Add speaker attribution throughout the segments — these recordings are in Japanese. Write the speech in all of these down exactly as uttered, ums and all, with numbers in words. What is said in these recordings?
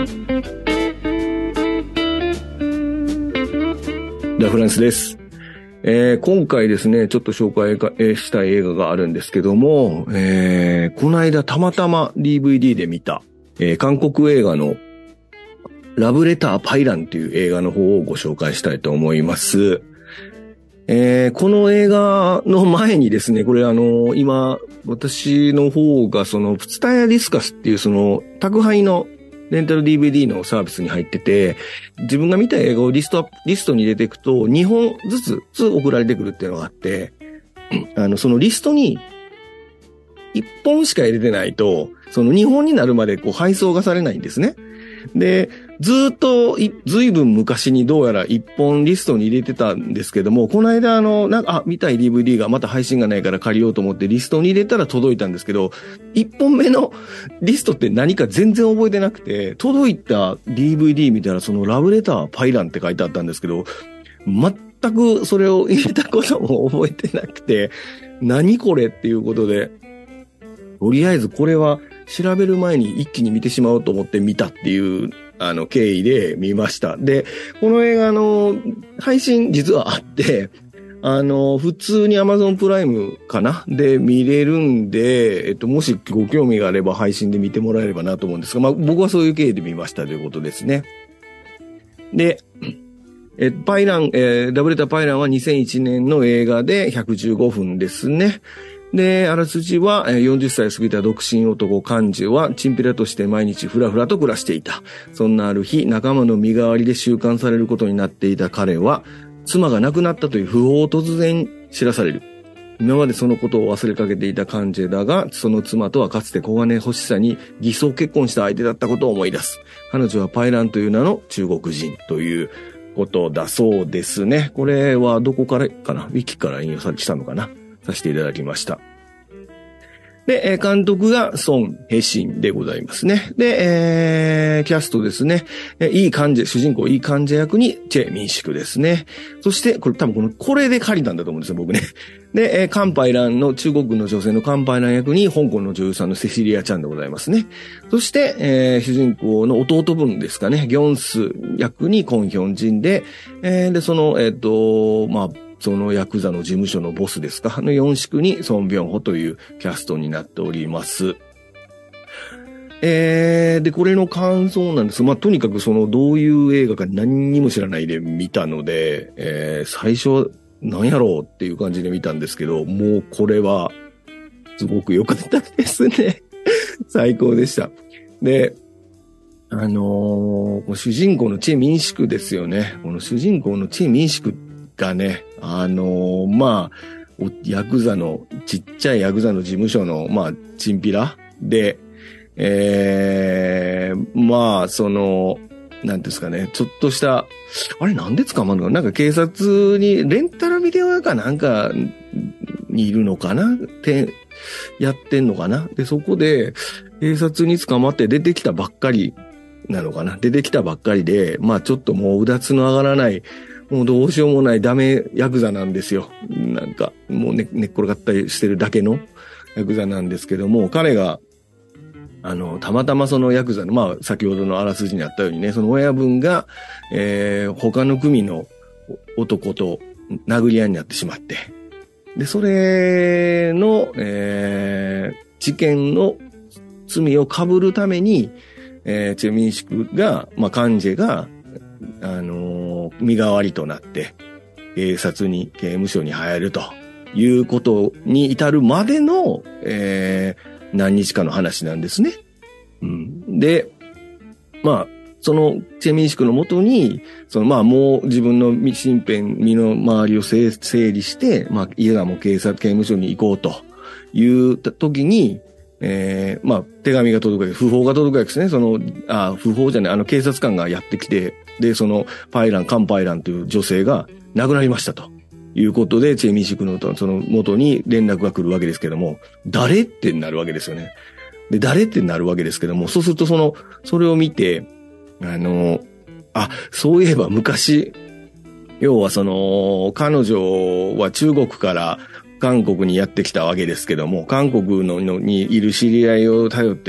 Speaker 1: ラフランスです。えー、今回ですね、ちょっと紹介したい映画があるんですけども、えー、この間たまたま ディーブイディー で見た、えー、韓国映画のラブレターパイランという映画の方をご紹介したいと思います。えー、この映画の前にですね、これあの、今、私の方がその、ツタヤディスカスっていうその、宅配のレンタル ディーブイディー のサービスに入ってて、自分が見た映画をリスト、リストに入れていくと、にほんずつ送られてくるっていうのがあって、あの、そのリストに、いっぽんしか入れてないと、そのにほんになるまでこう配送がされないんですね。で、ずーっとずいぶん昔にどうやらいっぽんリストに入れてたんですけども、この間あの、なんか、あ、見たい ディーブイディー がまた配信がないから借りようと思ってリストに入れたら届いたんですけど、いっぽんめのリストって何か全然覚えてなくて、届いた ディーブイディー 見たらそのラブレターパイランって書いてあったんですけど、全くそれを入れたことも覚えてなくて、何これっていうことで、とりあえずこれは調べる前に一気に見てしまおうと思って見たっていう、あの、経緯で見ました。で、この映画の配信実はあって、あの、普通に Amazon プライムかなで見れるんで、えっと、もしご興味があれば配信で見てもらえればなと思うんですが、まあ僕はそういう経緯で見ましたということですね。で、え、パイラン、えー、ラブレターパイランはにせんいちねんの映画でひゃくじゅうごふんですね。で、あらすじは、よんじゅっさい過ぎた独身男カンジェは、チンピラとして毎日フラフラと暮らしていた。そんなある日、仲間の身代わりで収監されることになっていた彼は、妻が亡くなったという訃報を突然知らされる。今までそのことを忘れかけていたカンジェだが、その妻とはかつて小金欲しさに偽装結婚した相手だったことを思い出す。彼女はパイランという名の中国人ということだそうですね。これはどこからかな？ウィキから引用されたのかな？させていただきました。で、監督がソン・ヘシンでございますね。で、えー、キャストですね。いい患者、主人公いい患者役にチェ・ミンシクですね。そして、これ多分この、これで借りたんだと思うんですよ、僕ね。で、えー、カンパイランの中国の女性のカンパイラン役に香港の女優さんのセシリア・チャンでございますね。そして、えー、主人公の弟分ですかね、ギョンス役にコンヒョンジンで、えー、で、その、えっと、まあ、そのヤクザの事務所のボスですかのよん宿にソン・ビョンホというキャストになっております。えー、で、これの感想なんです。まあ、とにかくそのどういう映画か何にも知らないで見たので、えー、最初は何やろうっていう感じで見たんですけど、もうこれはすごく良かったですね。最高でした。で、あのー、主人公のチェ・ミンシクですよね。この主人公のチェ・ミンシクがね、あのー、まあ、ヤクザの、ちっちゃいヤクザの事務所の、まあ、チンピラで、えー、まあ、その、なんですかね、ちょっとした、あれなんで捕まるのかな、なんか警察に、レンタルビデオ屋かなんかにいるのかなって、やってんのかなで、そこで、警察に捕まって出てきたばっかりなのかな出てきたばっかりで、まあちょっともううだつの上がらない、もうどうしようもないダメヤクザなんですよ。なんか、もう寝、寝っ転がったりしてるだけのヤクザなんですけども、彼が、あの、たまたまそのヤクザの、まあ、先ほどのあらすじにあったようにね、その親分が、えー、他の組の男と殴り合いになってしまって、で、それの、えー、事件の罪を被るために、えー、チェ・ミンシクが、まあ、カンジェが、あのー、身代わりとなって、警察に、刑務所に入るということに至るまでの、えー、何日かの話なんですね。うん、で、まあ、その、チェ・ミンシクのもとに、その、まあ、もう自分の身辺、身の回りを整理して、まあ、家がもう警察、刑務所に行こうという時に、えー、まあ、手紙が届くわけ、訃報が届くわけですね。その、あ、訃報じゃない、あの警察官がやってきて、で、その、パイラン、カンパイランという女性が亡くなりましたということで、チェ・ミンシクのその元に連絡が来るわけですけども、誰ってなるわけですよね。で、誰ってなるわけですけども、そうするとその、それを見て、あの、あ、そういえば昔、要はその、彼女は中国から韓国にやってきたわけですけども、韓国のにいる知り合いを頼って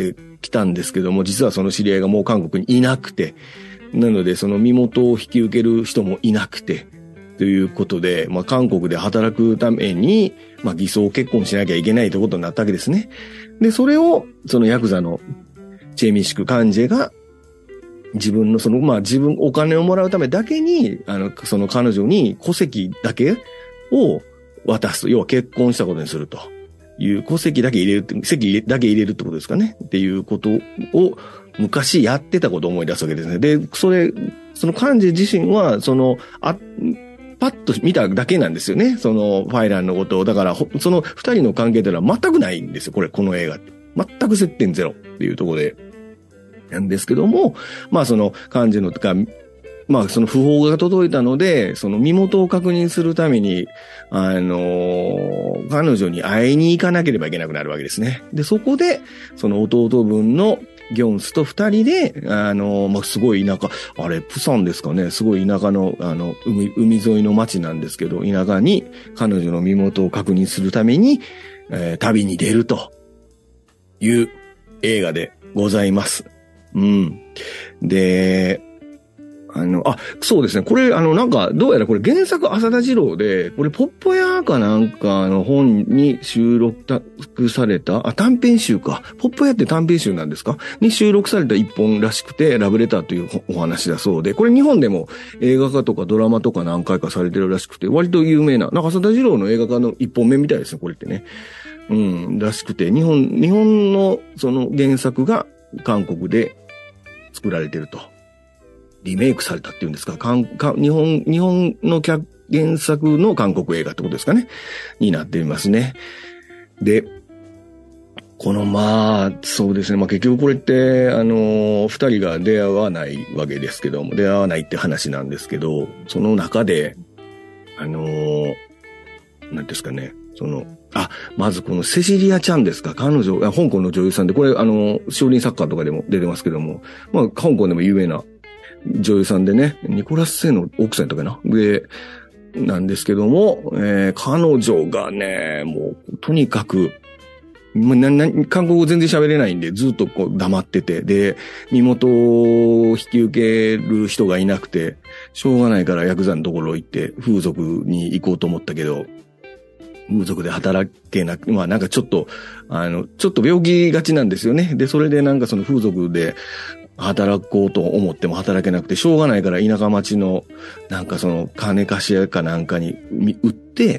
Speaker 1: 来たんですけども、実はその知り合いがもう韓国にいなくて、なのでその身元を引き受ける人もいなくて、ということで、まあ韓国で働くために、まあ偽装結婚しなきゃいけないということになったわけですね。で、それを、そのヤクザのチェ・ミシク幹事が、自分のその、まあ自分、お金をもらうためだけに、あの、その彼女に戸籍だけを渡す。要は結婚したことにするという戸籍だけ入れるって、籍だけ入れるってことですかね。っていうことを昔やってたことを思い出すわけですね。で、それ、その幹事自身は、その、あ、パッと見ただけなんですよね。そのファイランのことを。だから、その二人の関係というのは全くないんですよ。これ、この映画って。全く接点ゼロっていうところで。なんですけども、まあその幹事のとか、まあその訃報が届いたので、その身元を確認するために、あの、彼女に会いに行かなければいけなくなるわけですね。で、そこで、その弟分のギョンスと二人で、あの、まあ、すごい田舎、あれ、プサンですかね、すごい田舎の、あの、海、海沿いの町なんですけど、田舎に彼女の身元を確認するために、えー、旅に出るという映画でございます。うん。で、あの、あ、そうですね。これ、あの、なんか、どうやらこれ原作浅田次郎で、これポッポ屋かなんかの本に収録された、あ、短編集か。ポッポ屋って短編集なんですかに収録された一本らしくて、ラブレターというお話だそうで、これ日本でも映画化とかドラマとか何回かされてるらしくて、割と有名な、なんか浅田次郎の映画化の一本目みたいですね、これってね。うん、らしくて、日本、日本のその原作が韓国で作られてると。リメイクされたっていうんですか、かんか日本、日本の原作の韓国映画ってことですかね。になっていますね。で、このまあ、そうですね。まあ結局これって、あの、二人が出会わないわけですけども、出会わないって話なんですけど、その中で、あの、なんですかね。その、あ、まずこのセシリアちゃんですか、彼女、香港の女優さんで、これあの、少林サッカーとかでも出てますけども、まあ香港でも有名な女優さんでね、ニコラス・セイの奥さんとかな。で、なんですけども、えー、彼女がね、もう、とにかく、なな韓国語全然喋れないんで、ずっとこう黙ってて、で、身元を引き受ける人がいなくて、しょうがないからヤクザのところ行って、風俗に行こうと思ったけど、風俗で働けなく、まあなんかちょっと、あの、ちょっと病気がちなんですよね。で、それでなんかその風俗で、働こうと思っても働けなくてしょうがないから田舎町のなんかその金貸し屋かなんかに売って、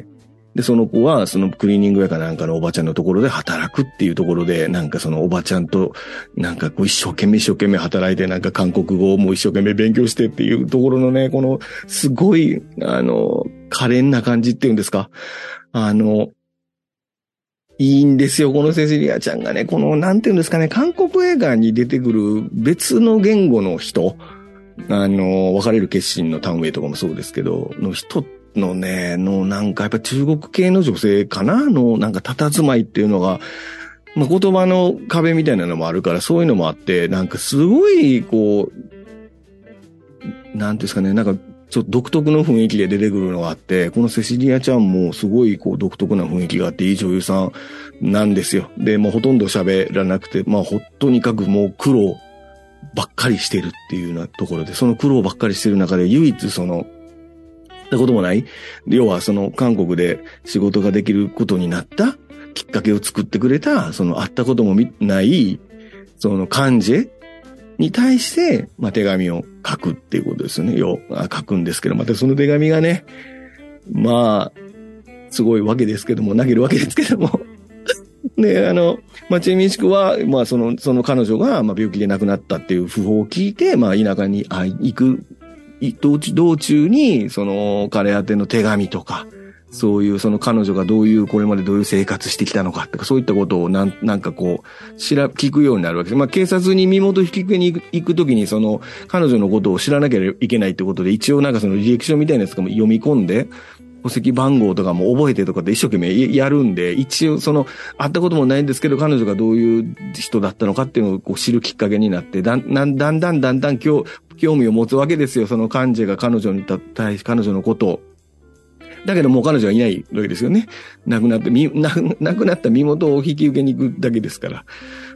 Speaker 1: で、その子はそのクリーニング屋かなんかのおばちゃんのところで働くっていうところで、なんかそのおばちゃんとなんかこう一生懸命一生懸命働いてなんか韓国語をもう一生懸命勉強してっていうところのね、このすごいあの可憐な感じっていうんですか。あの、いいんですよ、このセシリアちゃんがね。この、なんていうんですかね、韓国映画に出てくる別の言語の人、あの、別れる決心のタウンウェイとかもそうですけど、の人のね、のなんかやっぱ中国系の女性かなのなんか佇まいっていうのが、まあ、言葉の壁みたいなのもあるから、そういうのもあって、なんかすごい、こう、なんていうんですかね、なんか、ちょっと独特の雰囲気で出てくるのがあって、このセシリアちゃんもすごいこう独特な雰囲気があっていい女優さんなんですよ。で、もうほとんど喋らなくて、まあほとにかくもう苦労ばっかりしてるっていうようなところで、その苦労ばっかりしてる中で唯一その、ったこともない。要はその韓国で仕事ができることになったきっかけを作ってくれた、その会ったこともない、その幹事に対して、まあ、手紙を書くっていうことですよね。よ、書くんですけど、またその手紙がね、まあ、すごいわけですけども、投げるわけですけども。で、あの、まあ、チェ・ミンシクは、まあ、その、その彼女が、まあ、病気で亡くなったっていう訃報を聞いて、まあ、田舎に会いに行く、道中、道中に、その、彼宛ての手紙とか、そういう、その彼女がどういう、これまでどういう生活してきたのかとか、そういったことをなん、なんかこう、知ら、聞くようになるわけです。まあ、警察に身元引き受けに行くときに、その、彼女のことを知らなきゃいけないってことで、一応なんかその履歴書みたいなやつとかも読み込んで、戸籍番号とかも覚えてとかで一生懸命やるんで、一応その、会ったこともないんですけど、彼女がどういう人だったのかっていうのをこう知るきっかけになって、だんだんだんだんだんだん興味を持つわけですよ。その幹事が彼女に対し、彼女のことを。だけどもう彼女はいないわけですよね。亡くなって、亡くなった身元を引き受けに行くだけですから。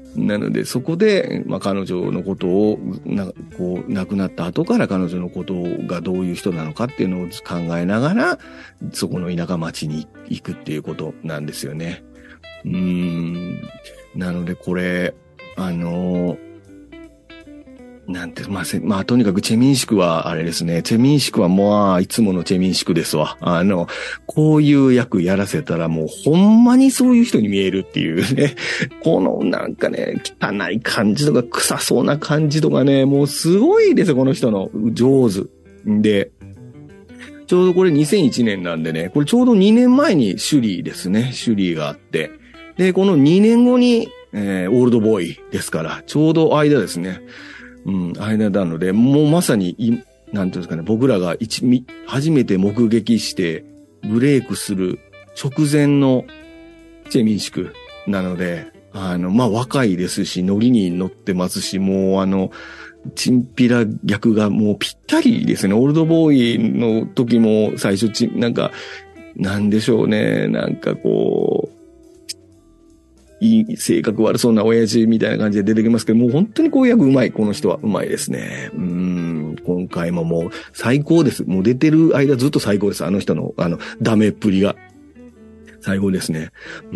Speaker 1: なので、そこで、まあ、彼女のことを、な、こう、亡くなった後から彼女のことがどういう人なのかっていうのを考えながら、そこの田舎町に行くっていうことなんですよね。うーん。なので、これ、あの、なんて、まあ、せ、まあ、とにかくチェミンシクは、あれですね。チェミンシクはもう、いつものチェミンシクですわ。あの、こういう役やらせたらもう、ほんまにそういう人に見えるっていうね。この、なんかね、汚い感じとか、臭そうな感じとかね、もうすごいですよ、この人の。上手。で、ちょうどこれにせんいちねんなんでね、これちょうどにねんまえにシュリーですね。シュリーがあって。で、このにねんごに、えー、オールドボーイですから、ちょうど間ですね。うん、間なので、もうまさに、なんていうんですかね、僕らが一、初めて目撃して、ブレイクする直前のチェミンシクなので、あの、まあ、若いですし、ノリに乗ってますし、もうあの、チンピラ役がもうぴったりですね。オールドボーイの時も最初ち、なんか、なんでしょうね、なんかこう、いい性格悪そうな親父みたいな感じで出てきますけど、もう本当にこういう役うまい。この人はうまいですね。うん。今回ももう最高です。もう出てる間ずっと最高です。あの人の、あの、ダメっぷりが。最高ですね。うん。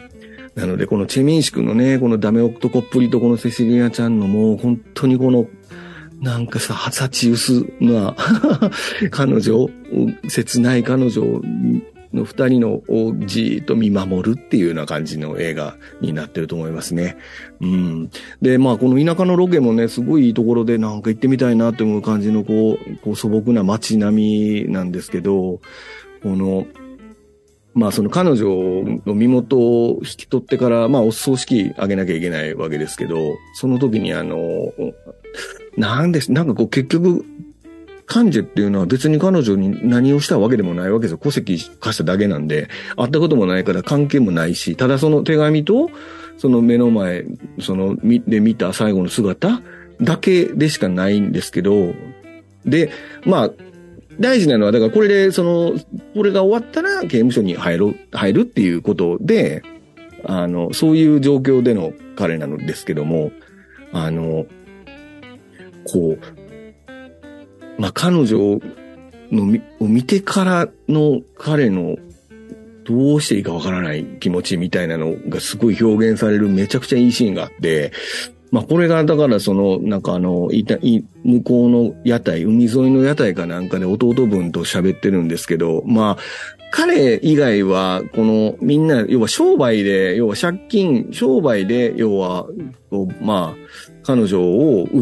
Speaker 1: なので、このチェミンシクのね、このダメ男っぷりとこのセシリアちゃんのもう本当にこの、なんかさ、はさち薄な彼女、切ない彼女の二人のをじーっと見守るっていうような感じの映画になってると思いますね。うん。で、まあこの田舎のロケもね、すごいいいところでなんか行ってみたいなって思う感じのこう、こう素朴な街並みなんですけど、この、まあその彼女の身元を引き取ってから、まあお葬式あげなきゃいけないわけですけど、その時にあの、なんです、なんかこう結局、カンジェっていうのは別に彼女に何をしたわけでもないわけですよ。戸籍貸しただけなんで、会ったこともないから関係もないし、ただその手紙と、その目の前、その、で見た最後の姿だけでしかないんですけど、で、まあ、大事なのは、だからこれで、その、これが終わったら刑務所に入る、入るっていうことで、あの、そういう状況での彼なのですけども、あの、こう、まあ、彼女のを見てからの彼のどうしていいかわからない気持ちみたいなのがすごい表現されるめちゃくちゃいいシーンがあって、まあ、これがだからその、なんかあの、いた、い、向こうの屋台、海沿いの屋台かなんかで弟分と喋ってるんですけど、まあ、彼以外は、このみんな、要は商売で、要は借金、商売で、要は、まあ、彼女を売って、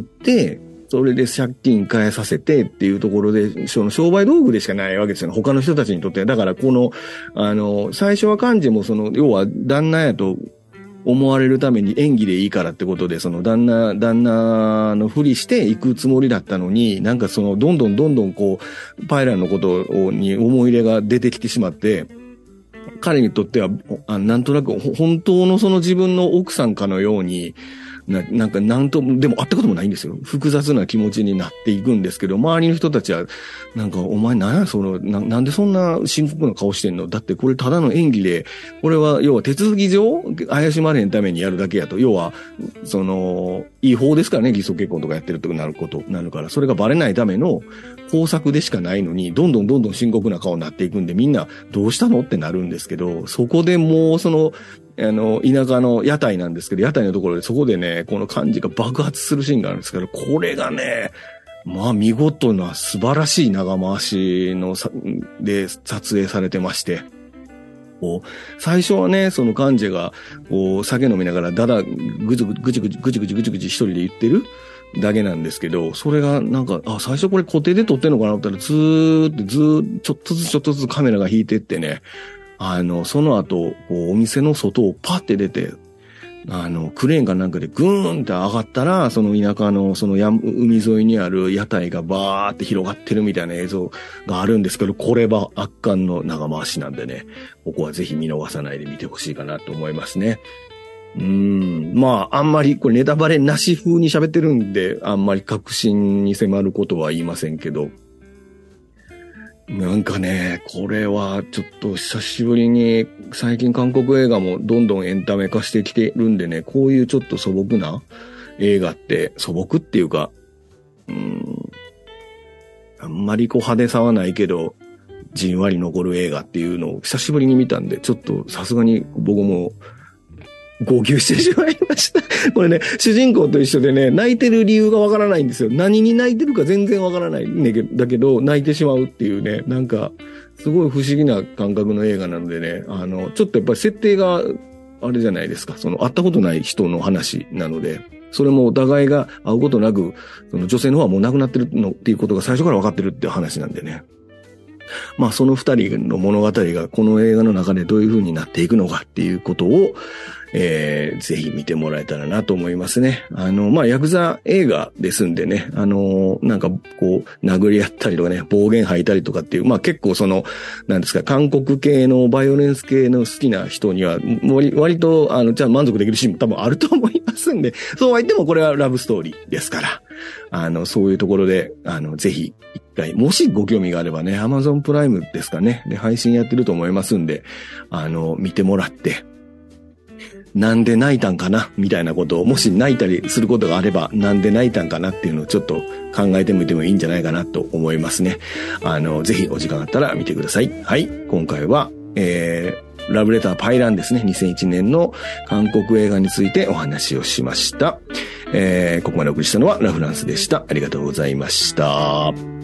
Speaker 1: それで借金返させてっていうところで、その商売道具でしかないわけですよね。他の人たちにとって。だからこの、あの、最初は幹事もその、要は旦那やと思われるために演技でいいからってことで、その旦那、旦那のふりして行くつもりだったのに、なんかその、どんどんどんどんこう、パイランのことに思い入れが出てきてしまって、彼にとっては、あなんとなく本当のその自分の奥さんかのように、な、なんかなんと、でも会ったこともないんですよ。複雑な気持ちになっていくんですけど、周りの人たちは、なんか、お前なんやそのな、なんでそんな深刻な顔してんの？だってこれただの演技で、これは要は手続き上、怪しまれへんためにやるだけやと。要は、その、違法ですからね、偽装結婚とかやってるとなること、なるから、それがバレないための工作でしかないのに、どんどんどんどん深刻な顔になっていくんで、みんなどうしたのってなるんですけど、そこでもうその、あの、田舎の屋台なんですけど、屋台のところでそこでね、この感じが爆発するシーンがあるんですけど、これがね、まあ見事な素晴らしい長回しのさ、で撮影されてまして、こう、最初はね、そのカンジェが、こう、酒飲みながらだだ、ぐちぐちぐちぐちぐちぐちぐちぐち一人で言ってるだけなんですけど、それがなんか、あ、最初これ固定で撮ってんのかなと思ったら、ずーっとずーっとちょっとずつちょっとずつカメラが引いてってね、あの、その後、こう、お店の外をパッて出て、あの、クレーンかなんかでグーンって上がったら、その田舎の、そのや海沿いにある屋台がバーって広がってるみたいな映像があるんですけど、これは圧巻の長回しなんでね、ここはぜひ見逃さないで見てほしいかなと思いますね。うーん、まあ、あんまり、これネタバレなし風に喋ってるんで、あんまり確信に迫ることは言いませんけど、 なんかね、これはちょっと久しぶりに、最近韓国映画もどんどんエンタメ化してきてるんでね、こういうちょっと素朴な映画って、素朴っていうか、うーん、あんまりこう派手さはないけど、じんわり残る映画っていうのを久しぶりに見たんで、ちょっとさすがに僕も号泣してしまいました。これね、主人公と一緒でね、泣いてる理由がわからないんですよ。何に泣いてるか全然わからないんだけど、泣いてしまうっていうね、なんか、すごい不思議な感覚の映画なのでね、あの、ちょっとやっぱり設定が、あれじゃないですか、その、会ったことない人の話なので、それもお互いが会うことなく、その女性の方はもう亡くなってるのっていうことが最初から分かってるっていう話なんでね。まあその二人の物語がこの映画の中でどういう風になっていくのかっていうことを、えー、ぜひ見てもらえたらなと思いますね。あの、まあヤクザ映画ですんでね、あの、なんかこう、殴り合ったりとかね、暴言吐いたりとかっていう、まあ結構その、なんですか、韓国系のバイオレンス系の好きな人には、割, 割と、あの、じゃあ満足できるシーンも多分あると思いますんで、そうは言ってもこれはラブストーリーですから、あの、そういうところで、あの、ぜひ、一回、もしご興味があればね、Amazon プライムですかね。で、配信やってると思いますんで、あの、見てもらって、なんで泣いたんかなみたいなことを、もし泣いたりすることがあれば、なんで泣いたんかなっていうのをちょっと考えてみてもいいんじゃないかなと思いますね。あの、ぜひお時間あったら見てください。はい。今回は、えー、ラブレターパイランですね。にせんいちねんの韓国映画についてお話をしました。えー、ここまでお送りしたのはラフランスでした。ありがとうございました。